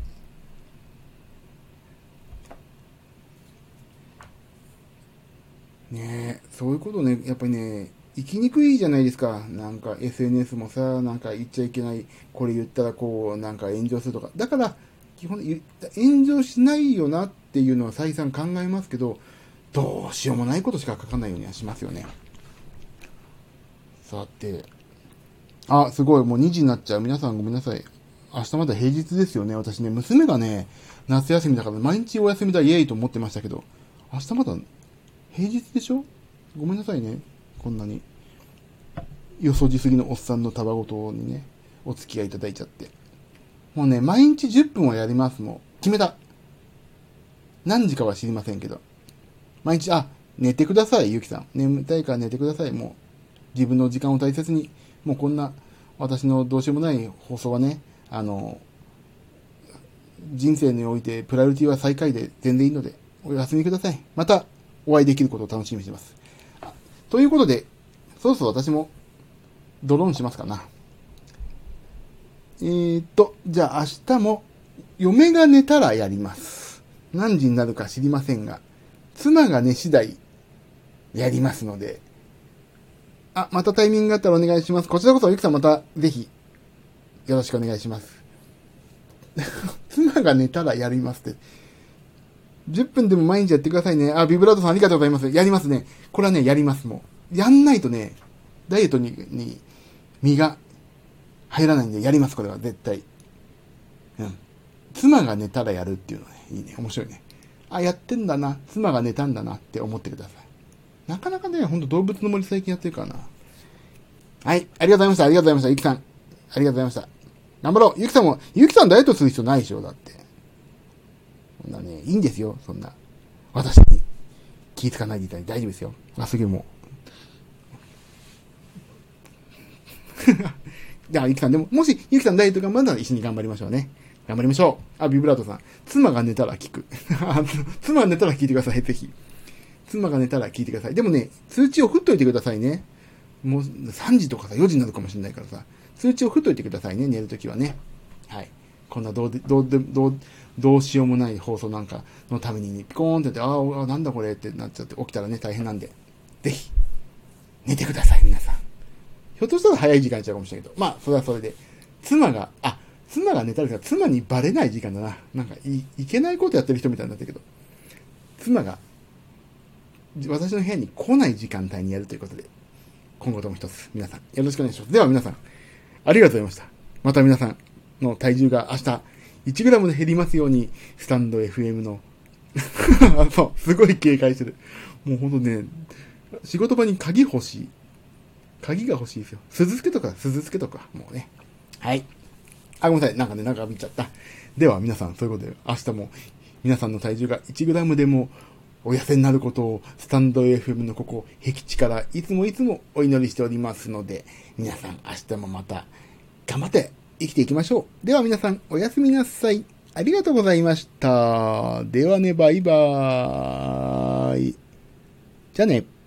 ねえ、そういうことね、やっぱりね、生きにくいじゃないですか。なんか エスエヌエス もさ、なんか言っちゃいけない、これ言ったらこう、なんか炎上するとか。だから、基本、炎上しないよなっていうのは再三考えますけど、どうしようもないことしか書かないようにはしますよね。さて、あ、すごい、もうにじになっちゃう。皆さんごめんなさい。明日まだ平日ですよね。私ね、娘がね、夏休みだから毎日お休みだ、イエーイと思ってましたけど、明日まだ平日でしょ？ごめんなさいね。こんなに。よそじすぎのおっさんのたわごとにね、お付き合いいただいちゃって。もうね、毎日じゅっぷんはやります、もう。決めた。何時かは知りませんけど。毎日、あ、寝てください、ゆきさん。眠たいから寝てください、もう。自分の時間を大切に。もうこんな、私のどうしようもない放送はね、あの、人生においてプライオリティは最下位で全然いいので、お休みください。また、お会いできることを楽しみにしています。ということで、そろそろ私もドローンしますかな。えーっと、じゃあ明日も嫁が寝たらやります。何時になるか知りませんが、妻が寝次第やりますので、あ、またタイミングがあったらお願いします。こちらこそゆきさんまたぜひよろしくお願いします。妻が寝たらやりますって。じゅっぷんでも毎日やってくださいね。あ、ビブラートさんありがとうございます。やりますね。これはね、やります、もう。やんないとね、ダイエットに、に、身が入らないんで、やります、これは、絶対。うん。妻が寝たらやるっていうのね、いいね、面白いね。あ、やってんだな。妻が寝たんだなって思ってください。なかなかね、ほんと動物の森最近やってるからな。はい、ありがとうございました。ありがとうございました。ゆきさん。ありがとうございました。頑張ろう。ゆきさんも、ゆきさんダイエットする必要ないでしょ、だって。そんなね、いいんですよ、そんな。私に気ぃつかないでいただいて大丈夫ですよ。あ、すげえもう。じゃあ、ゆきさん、でも、もし、ゆきさんダイエット頑張るなら一緒に頑張りましょうね。頑張りましょう。あ、ビブラートさん。妻が寝たら聞く。妻が寝たら聞いてください、ぜひ。妻が寝たら聞いてください。でもね、通知を振っといてくださいね。もうさんじとかさ、よじになるかもしれないからさ、通知を振っといてくださいね、寝るときはね。はい。こんなどうで、どうで、どう、どうしようもない放送なんかのために、ピコーンってやって、ああ、なんだこれってなっちゃって起きたらね、大変なんで。ぜひ、寝てください、皆さん。ひょっとしたら早い時間になっちゃうかもしれないけど。まあ、それはそれで。妻が、あ、妻が寝たら妻にバレない時間だな。なんかい、いけないことやってる人みたいになったけど。妻が、私の部屋に来ない時間帯にやるということで、今後とも一つ、皆さん、よろしくお願いします。では皆さん、ありがとうございました。また皆さんの体重が明日、いちグラムで減りますように、スタンド エフエム の、そう、すごい警戒してる。もうほんとね、 仕事場に鍵欲しい。鍵が欲しいですよ。鈴付けとか、鈴付けとか、もうね。はい。あ、ごめんなさい。なんかね、なんか見ちゃった。では皆さん、そういうことで、明日も皆さんの体重がいちグラムでもお痩せになることを、スタンド エフエム のここ、僻地からいつもいつもお祈りしておりますので、皆さん明日もまた頑張って生きていきましょう。では皆さん、おやすみなさい。ありがとうございました。ではね、バイバーイ。じゃあね。